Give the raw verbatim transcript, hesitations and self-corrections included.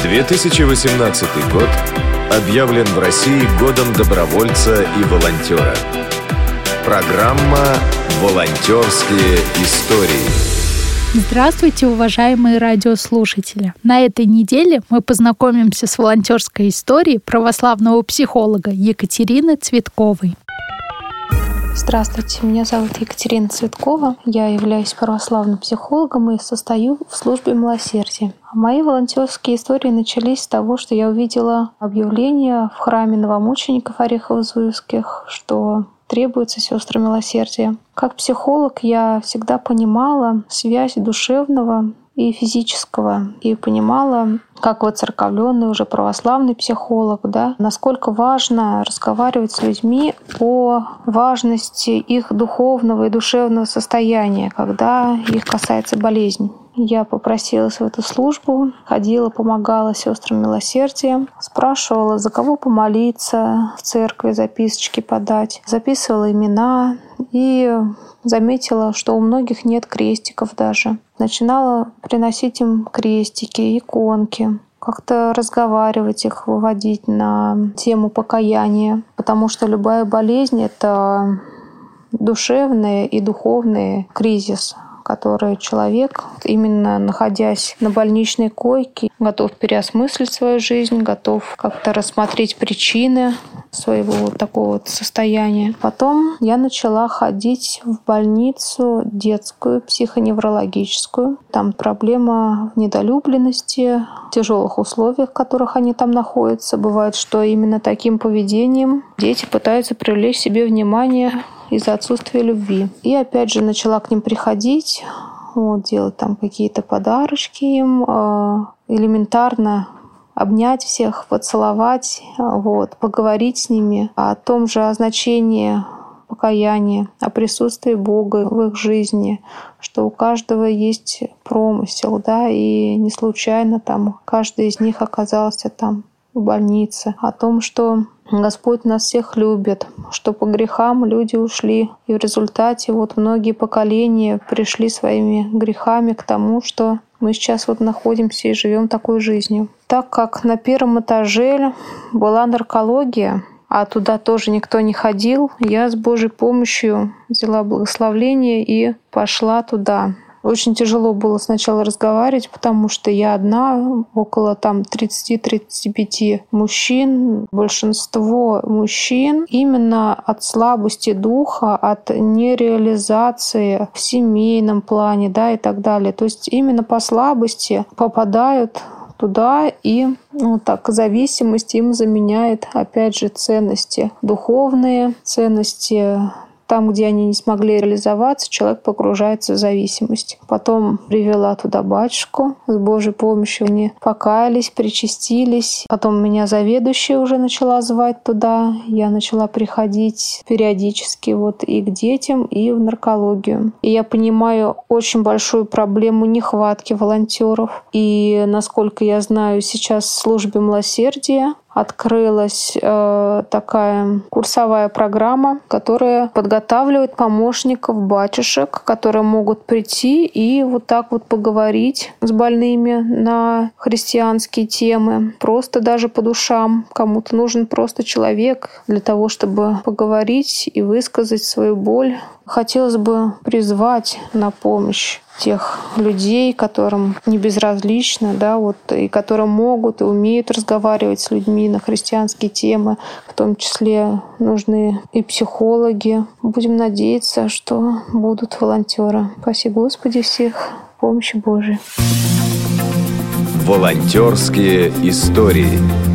две тысячи восемнадцатый год объявлен в России годом добровольца и волонтера. Программа «Волонтерские истории». Здравствуйте, уважаемые радиослушатели! На этой неделе мы познакомимся с волонтерской историей православного психолога Екатерины Цветковой. Здравствуйте, меня зовут Екатерина Цветкова. Я являюсь православным психологом и состою в службе милосердия. Мои волонтерские истории начались с того, что я увидела объявление в храме новомучеников Орехово-Зуевских, что требуется сестры милосердия. Как психолог я всегда понимала связь душевного и физического, и понимала, как воцерковленный уже православный психолог, да, насколько важно разговаривать с людьми о важности их духовного и душевного состояния, когда их касается болезнь. Я попросилась в эту службу, ходила, помогала сестрам милосердия, спрашивала, за кого помолиться в церкви, записочки подать, записывала имена и заметила, что у многих нет крестиков даже. Начинала приносить им крестики, иконки, как-то разговаривать их, выводить на тему покаяния, потому что любая болезнь — это душевный и духовный кризис, который человек, именно находясь на больничной койке, готов переосмыслить свою жизнь, готов как-то рассмотреть причины своего вот такого вот состояния. Потом я начала ходить в больницу детскую, психоневрологическую. Там проблема в недолюбленности, в тяжелых условиях, в которых они там находятся. Бывает, что именно таким поведением дети пытаются привлечь себе внимание из-за отсутствия любви. И опять же начала к ним приходить, вот, делать там какие-то подарочки им, э, элементарно обнять всех, поцеловать, вот, поговорить с ними о том же о значении покаяния, о присутствии Бога в их жизни, что у каждого есть промысел, да, и не случайно там каждый из них оказался там в больнице, о том, что Господь нас всех любит, что по грехам люди ушли. И в результате вот многие поколения пришли своими грехами к тому, что мы сейчас вот находимся и живем такой жизнью. Так как на первом этаже была наркология, а туда тоже никто не ходил, я с Божьей помощью взяла благословение и пошла туда. Очень тяжело было сначала разговаривать, потому что я одна, около там тридцать-тридцать пять мужчин. Большинство мужчин именно от слабости духа, от нереализации в семейном плане, да, и так далее. То есть именно по слабости попадают туда, и вот так зависимость им заменяет, опять же, ценности духовные, ценности. Там, где они не смогли реализоваться, человек погружается в зависимость. Потом привела туда батюшку. С Божьей помощью они покаялись, причастились. Потом меня заведующая уже начала звать туда. Я начала приходить периодически вот и к детям, и в наркологию. И я понимаю очень большую проблему нехватки волонтеров. И, насколько я знаю, сейчас в службе милосердия открылась э, такая курсовая программа, которая подготавливает помощников батюшек, которые могут прийти и вот так вот поговорить с больными на христианские темы, просто даже по душам. Кому-то нужен просто человек для того, чтобы поговорить и высказать свою боль. Хотелось бы призвать на помощь тех людей, которым не безразлично, да, вот, и которые могут и умеют разговаривать с людьми на христианские темы, в том числе нужны и психологи. Будем надеяться, что будут волонтеры. Спаси Господи всех, помощи Божией. Волонтерские истории.